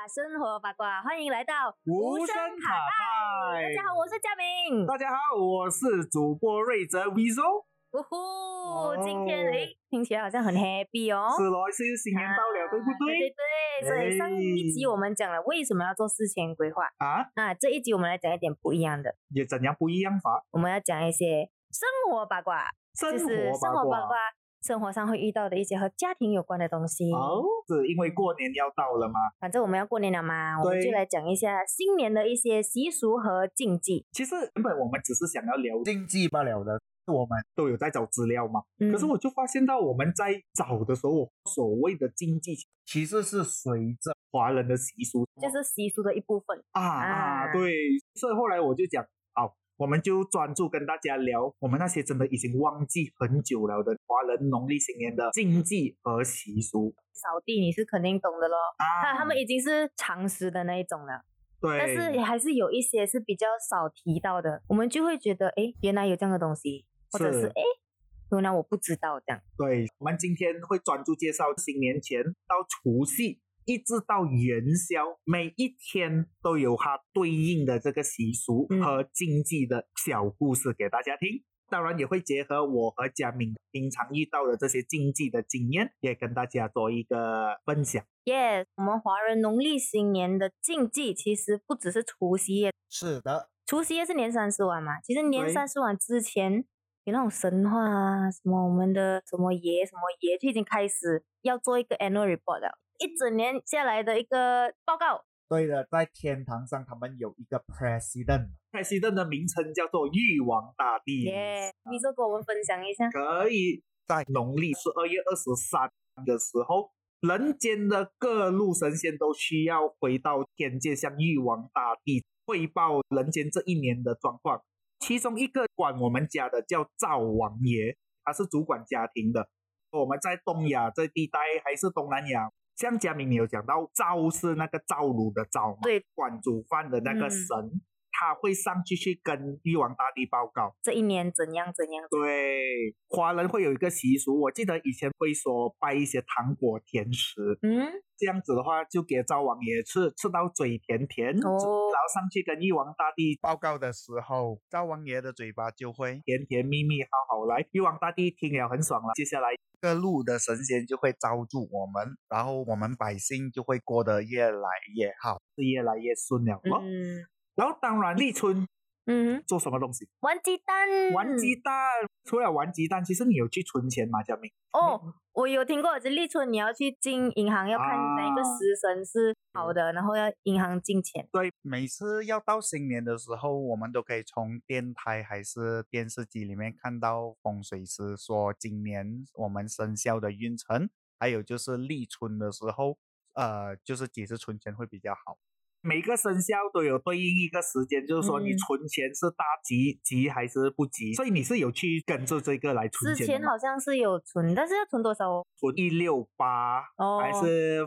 生活八卦，欢迎来到无声卡派。 大家好，我是佳明。 大家好，我是主播瑞泽 Vizo。 今天听起来好像很 happy 哦。 是咯，是新年到了，对不对？ 对，所以上一集我们讲了为什么要做事前规划啊，这一集我们来讲一点不一样的。 也怎样不一样法？ 我们要讲一些生活八卦，就是生活八卦。生活上会遇到的一些和家庭有关的东西是因为过年要到了吗？ 反正我们要过年了嘛，我们就来讲一下新年的一些习俗和禁忌。 其实原本我们只是想要聊禁忌罢了的，我们都有在找资料嘛。可是我就发现到我们在找的时候，所谓的禁忌其实是随着华人的习俗， 就是习俗的一部分对，所以后来我就讲好，我们就专注跟大家聊我们那些真的已经忘记很久了的华人农历新年的禁忌和习俗。 扫地你是肯定懂的咯，他们已经是常识的那一种了。 对， 但是还是有一些是比较少提到的，我们就会觉得原来有这样的东西，或者是原来我不知道这样。 对，我们今天会专注介绍新年前到除夕一直到元宵，每一天都有它对应的这个习俗和禁忌的小故事给大家听。当然也会结合我和佳明平常遇到的这些禁忌的经验，也跟大家做一个分享。 Yes， 我们华人农历新年的禁忌其实不只是除夕夜。 是的， 除夕夜是年30晚嘛，其实年30晚之前有那种神话啊，什么我们的什么爷就已经开始要做一个 annual report 了，一整年下来的一个报告。 对的，在天堂上他们有一个 president 的名称叫做玉皇大帝。 你就跟我们分享一下。 可以，在农历12月23的时候，人间的各路神仙都需要回到天界向玉皇大帝汇报人间这一年的状况。其中一个管我们家的叫灶王爷，他是主管家庭的。我们在东亚这地带还是东南亚，像佳明你有讲到灶是那个灶炉的灶嘛， 对， 管煮饭的那个神，他会上去跟玉皇大帝报告这一年怎样。 对，华人会有一个习俗，我记得以前会说拜一些糖果甜食，这样子的话就给灶王爷吃到嘴甜甜，然后上去跟玉皇大帝报告的时候，灶王爷的嘴巴就会甜甜蜜蜜好好来，玉皇大帝听了很爽了，接下来各路的神仙就会招住我们，然后我们百姓就会过得越来越好，越来越顺了咯。然后当然立春做什么东西？ 玩鸡蛋。 除了玩鸡蛋，其实你有去存钱吗，佳明？ 我有听过，这立春你要去进银行，要看哪一个时辰是好的，然后要银行进钱。 对，每次要到新年的时候，我们都可以从电台还是电视机里面看到风水师说今年我们生肖的运程，还有就是立春的时候就是几时存钱会比较好。每个生肖都有对应一个时间，就是说你存钱是大吉还是不吉，所以你是有去跟着这个来存钱的吗？ 之前好像是有存，但是要存多少？ 存168还是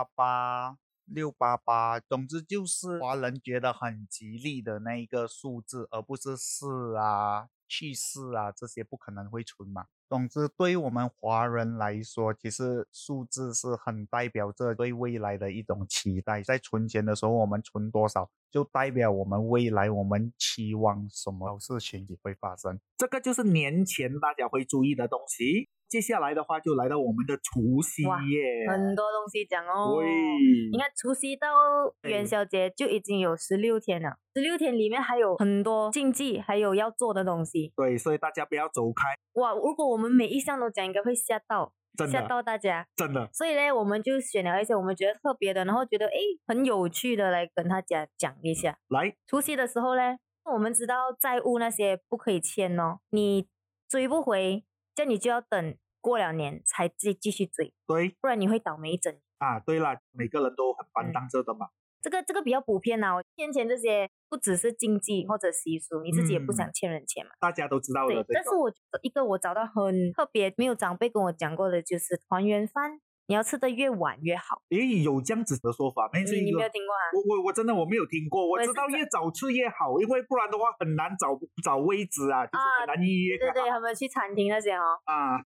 888、688，总之就是华人觉得很吉利的那一个数字，而不是4啊、去世啊这些不可能会存嘛。总之对于我们华人来说，其实数字是很代表着对未来的一种期待，在存钱的时候我们存多少就代表我们未来我们期望什么事情也会发生，这个就是年前大家会注意的东西。接下来的话就来到我们的除夕夜， 很多东西讲你看除夕到元宵节就已经有16天了，16天里面还有很多禁忌，还有要做的东西。 对，所以大家不要走开。 如果我们每一项都讲，应该会吓到大家， 真的。 所以呢，我们就选了一些我们觉得特别的，然后觉得很有趣的来跟大家讲一下。 来， 除夕的时候呢，我们知道债务那些不可以欠你追不回，这样你就要等过了年才继续追， 对， 不然你会倒霉一整年。 对啦，每个人都很担当着的嘛。 这个比较普遍欠钱这些不只是禁忌或者习俗，你自己也不想欠人钱嘛， 大家都知道的。 但是我找到很特别没有长辈跟我讲过的，就是团圆饭你要吃得越晚越好。 有这样子的说法？你没有听过啊？ 我真的没有听过。我知道越早吃越好，因为不然的话很难找位置啊，就是很难预约。 对，他们去餐厅那些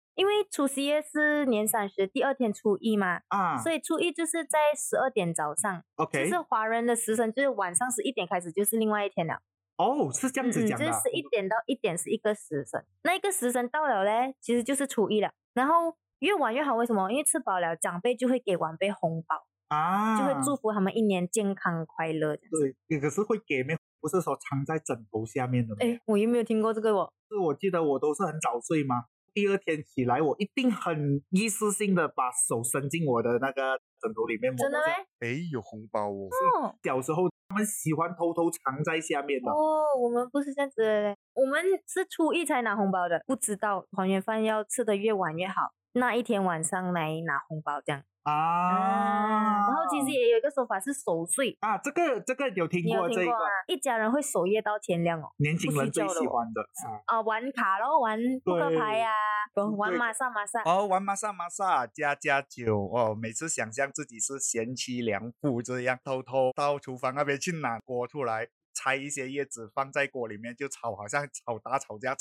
因为除夕夜是年30，第二天初一嘛，所以初一就是在12点早上。 OK， 就是华人的时辰就是晚上11点开始就是另外一天了。 哦，是这样子讲的。 就是11点到1点是一个时辰，那一个时辰到了嘞，其实就是初一了。然后越晚越好，为什么？因为吃饱了，长辈就会给晚辈红包就会祝福他们一年健康快乐。 对，可是会给没？不是说藏在枕头下面的吗？ 我有没有听过这个？ 我记得我都是很早睡嘛，第二天起来我一定很意识性的把手伸进我的那个枕头里面。 真的吗？有红包哦。小时候他们喜欢偷偷藏在下面的。 我们不是这样子的嘞，我们是初一才拿红包的，不知道团圆饭要吃的越晚越好，那一天晚上来拿红包这样。然后其实也有一个说法是守岁这个有听过。这个一家人会守夜到天亮年轻人最喜欢的玩卡咯，玩扑克牌玩玛莎玩玛莎加酒每次想象自己是贤妻良妇这样，偷偷到厨房那边去拿锅出来，拆一些叶子放在锅里面就炒，好像打吵架，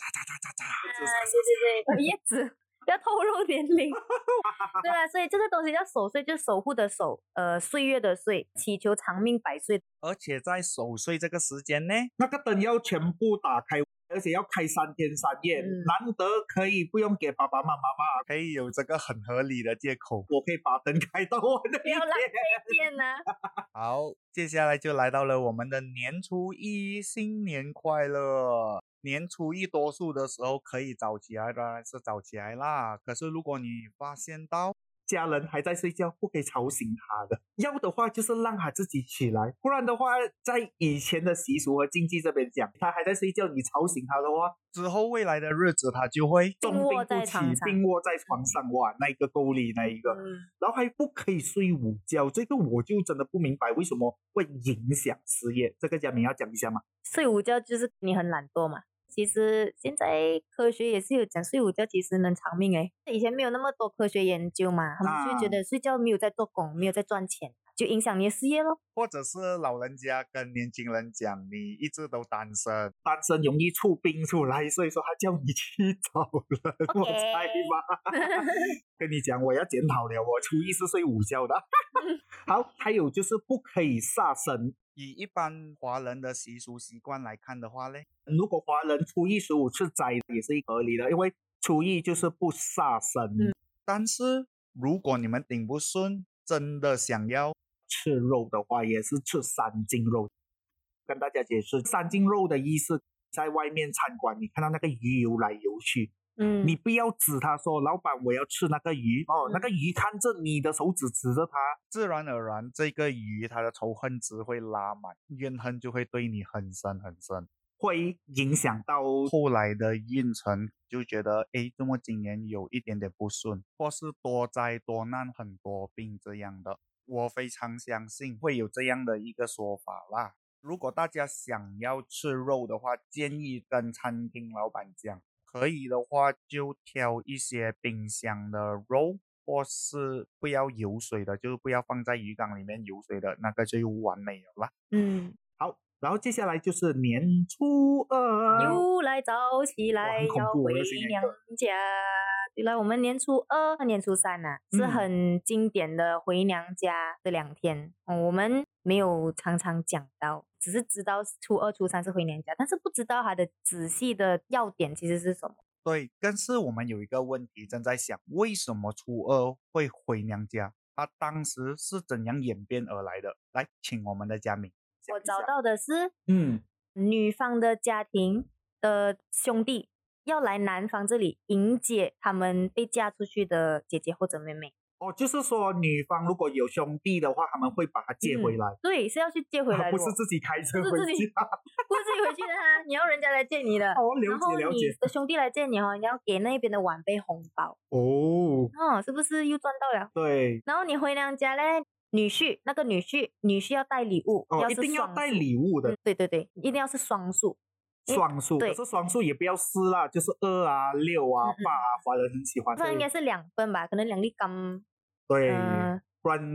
对，叶子不要透露年龄。对啊，所以这个东西叫守岁，就是守护的守，岁月的岁，祈求长命百岁。 而且在守岁这个时间呢，那个灯要全部打开，而且要开3天3夜，难得可以不用给爸爸妈妈可以有这个很合理的借口，我可以把灯开到我的不要浪费电啊。 好，接下来就来到了我们的年初一，新年快乐。年初一多数的时候可以早起来，当然是早起来啦。可是如果你发现到家人还在睡觉，不可以吵醒他的，要的话就是让他自己起来，不然的话在以前的习俗和禁忌这边讲，他还在睡觉，你吵醒他的话，之后未来的日子他就会重病不起，病卧在床上。哇，那一个够力那一个然后还不可以睡午觉，这个我就真的不明白为什么会影响事业。这个嘉明要讲一下吗？ 睡午觉就是你很懒惰嘛。其实现在科学也是有讲睡午觉其实能长命以前没有那么多科学研究嘛，他们就觉得睡觉没有在做工，没有在赚钱，就影响你的事业咯。 或者是老人家跟年轻人讲，你一直都单身容易出病出来，所以说他叫你去找人。我猜吧。跟你讲，我要检讨了，我初一是睡午觉的。好，还有就是不可以杀生。以一般华人的习俗习惯来看的话呢，如果华人初一15吃斋也是合理的，因为初一就是不杀生。但是如果你们顶不顺，真的想要吃肉的话，也是吃3斤肉。跟大家解释3斤肉的意思，在外面餐馆你看到那个鱼游来游去，你不要指他说老板我要吃那个鱼那个鱼看着你的手指指着他，自然而然这个鱼它的仇恨值会拉满，怨恨就会对你很深很深，会影响到后来的运程，就觉得怎么今年有一点点不顺，或是多灾多难很多病这样的。我非常相信会有这样的一个说法啦。如果大家想要吃肉的话，建议跟餐厅老板讲，可以的话就挑一些冰箱的肉，或是不要游水的，就是不要放在鱼缸里面游水的，那个就完美了啦。好，然后接下来就是年初2， 又来早起来要回娘家。对了，我们年初2和年初3是很经典的回娘家这2天我们没有常常讲到，只是知道初2初3是回娘家，但是不知道它的仔细的要点其实是什么。对，但是我们有一个问题正在想，为什么初2会回娘家？它当时是怎样演变而来的？来，请我们的嘉敏。我找到的是女方的家庭的兄弟要来男方这里迎接他们被嫁出去的姐姐或者妹妹。就是说女方如果有兄弟的话，他们会把他接回来。对，是要去接回来的，不是自己开车回家，不是自己回去的你要人家来接你的。了解。然后你的兄弟来接你你要给那边的晚辈红包。是不是又赚到了？对。然后你回娘家嘞，女婿要带礼物，一定要带礼物的。对，一定要是双数。可是双数也不要4啦，就是2啊、6啊、8啊，华人很喜欢。那应该是2份吧，可能2粒柑。对，不然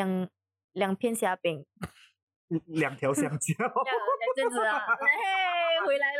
2片虾饼，2条香蕉。这样子啊，回来了。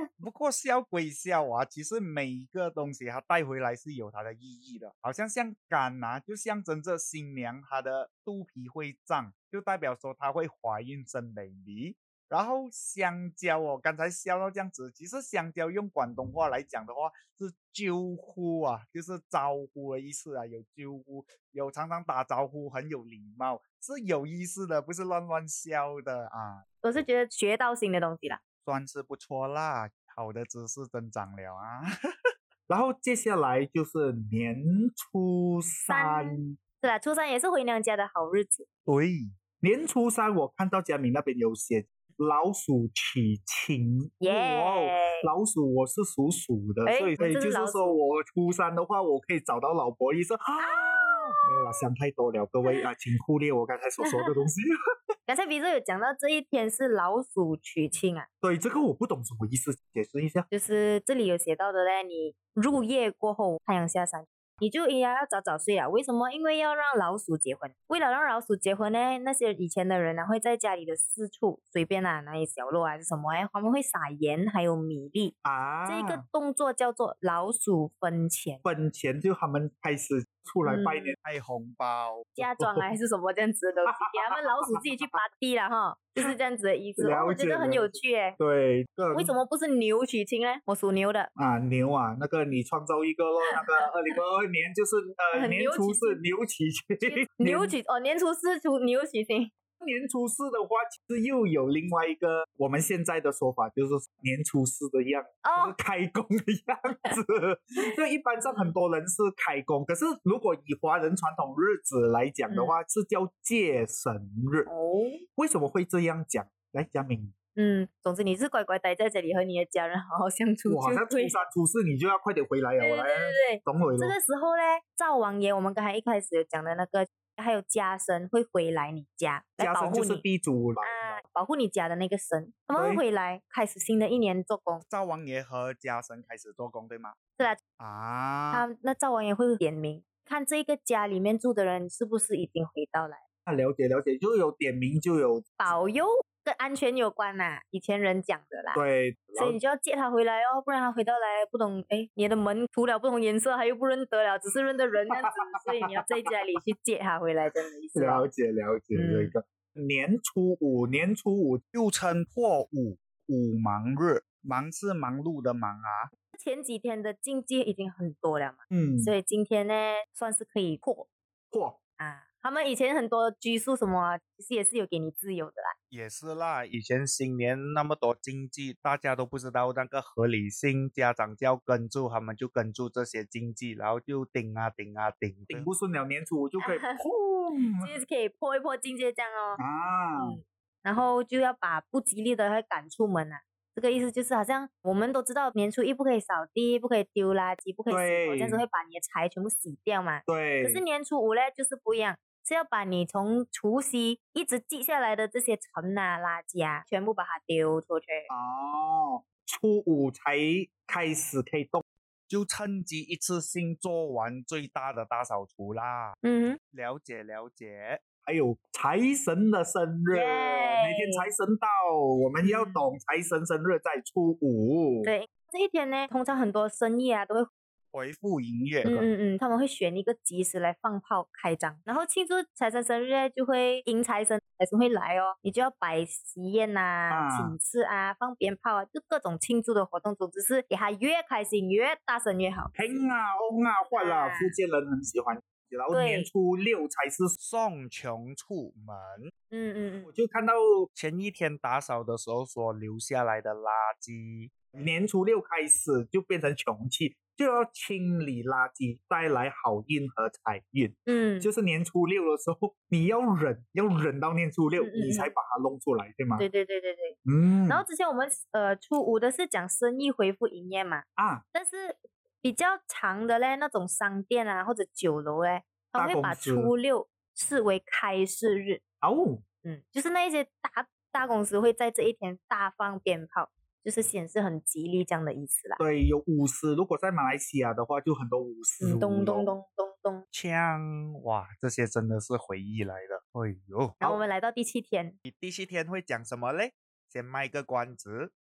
不过笑归笑啊，其实每一个东西它带回来是有它的意义的，好像肝啊，就象征着新娘她的肚皮会胀，就代表说她会怀孕生 baby。然后香蕉哦，刚才笑到这样子，其实香蕉用广东话来讲的话是招呼啊，就是招呼的意思啊，有招呼，有常常打招呼，很有礼貌，是有意思的，不是乱乱笑的啊。 我是觉得学到新的东西啦， 算是不错啦，好的知识增长了啊。然后接下来就是年初三， 是啦，初三也是回娘家的好日子。 对，年初三我看到佳明那边有写老鼠娶亲，老鼠我是属鼠的，所以就是说我初三的话，我可以找到老婆意思啊。没有啦，想太多了，各位啊，请忽略我刚才所说的东西。 刚才比如有讲到这一天是老鼠娶亲啊， 对，这个我不懂什么意思，解释一下。 就是这里有写到的嘞，你入夜过后太阳下山，你就要早睡了。为什么？因为要让老鼠结婚。为了让老鼠结婚呢，那些以前的人呢，会在家里的四处随便哪里角落还是什么他们会撒盐还有米粒啊。这个动作叫做老鼠分钱。分钱就他们开始出来拜年派红包、 嫁妆还是什么这样子的东西，给他们老鼠自己去拔地了哈，就是这样子的意思。我觉得很有趣对， 为什么不是牛娶亲呢？我属牛的啊，牛啊，那个你创造一个咯，那个2022年就是年初四牛娶亲， 年初四牛娶亲。 年初四的话，其实又有另外一个我们现在的说法，就是年初四的样，就是开工的样子。所以一般上很多人是开工，可是如果以华人传统日子来讲的话，是叫借神日。为什么会这样讲？来，佳明。 总之你是乖乖待在这里和你的家人好好相处就对。 好像初三初四你就要快点回来了， 对， 等会这个时候呢，灶王爷我们刚才一开始有讲的那个，还有家神会回来你家来保护你， 家神就是地主保护你家的那个神，他们会回来开始新的一年做工。 灶王爷和家神开始做工对吗？ 是啊，那灶王爷会点名看这个家里面住的人是不是已经回到来。 了解，就有点名就有保佑跟安全有关嘛，以前人讲的啦。 对， 所以你就要接他回来不然他回到来不懂你的门涂了不同颜色，他又不认得了，只是认得人这样子，所以你要在家里去接他回来，真的意思。 了解这个。年初五又称破五，五忙日，忙是忙碌的忙啊。 前几天的禁忌已经很多了嘛，所以今天呢算是可以破啊。他们以前很多拘束什么，其实也是有给你自由的啦。 也是啦，以前新年那么多禁忌，大家都不知道那个合理性，家长就要跟住，他们就跟住这些禁忌，然后就顶不顺了，年初五就可以就是可以破一破禁忌这样然后就要把不吉利的会赶出门啊。这个意思就是好像我们都知道年初一不可以扫地，不可以丢垃圾，不可以洗头，这样子会把你的财全部洗掉嘛。 对。 可是年初五呢就是不一样，是要把你从除夕一直积下来的这些尘垃圾全部把它丢出去。 初五才开始可以动，就趁机一次性做完最大的大扫除啦。了解。还有财神的生日，每天财神到，我们要懂财神生日在初五。 对，这一天呢，通常很多生意都会恢复营业。 他们会选一个吉时来放炮开张，然后庆祝财神生日就会迎财神会来你就要摆喜宴请吃放鞭炮就各种庆祝的活动，总之是给他越开心越大声越好。 坏了，福建人很喜欢。然后年初六才是送穷出门。我就看到前一天打扫的时候所留下来的垃圾，年初六开始就变成穷气，就要清理垃圾，带来好运和财运。就是年初六的时候，你要忍到年初六，你才把它弄出来，对吗？ 对。然后之前我们初五的是讲生意恢复营业嘛，但是比较长的嘞，那种商店或者酒楼他会把初六视为开市日。就是那一些大公司会在这一天大放鞭炮，就是显示很吉利这样的意思啦。 对，有舞狮，如果在马来西亚的话，就很多舞狮， 咚咚咚咚咚枪，哇，这些真的是回忆来的。 然后我们来到第7天， 第7天会讲什么嘞？先卖个关子。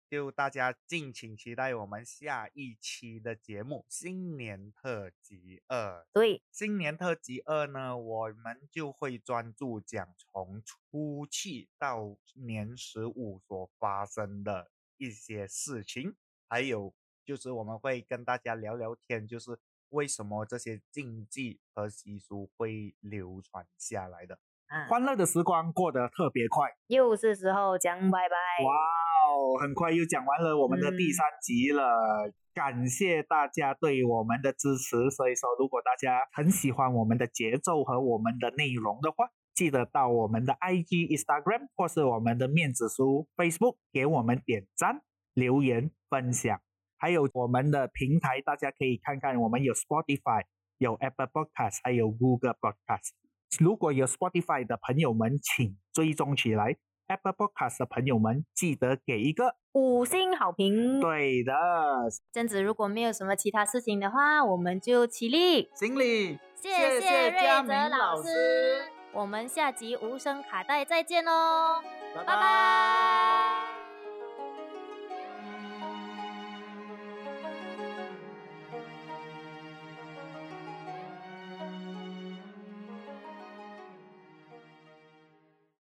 就大家敬请期待我们下一期的节目新年特辑2。 对， 新年特辑2呢，我们就会专注讲从除夕到年15所发生的一些事情，还有就是我们会跟大家聊聊天，就是为什么这些禁忌和习俗会流传下来的。欢乐的时光过得特别快， 又是时候讲拜拜。 哇哦，很快又讲完了我们的第3集了。感谢大家对我们的支持，所以说如果大家很喜欢我们的节奏和我们的内容的话，记得到我们的 IG、Instagram 或是我们的面子书 Facebook 给我们点赞、留言、分享。还有我们的平台，大家可以看看，我们有 Spotify、有 Apple Podcast 还有 Google Podcast。如果有 Spotify 的朋友们请追踪起来， Apple Podcast 的朋友们记得给一个 5星好评。 对的， 这样子如果没有什么其他事情的话，我们就起立行礼。 谢谢瑞泽老师，我们下集无声卡带再见喽，拜拜。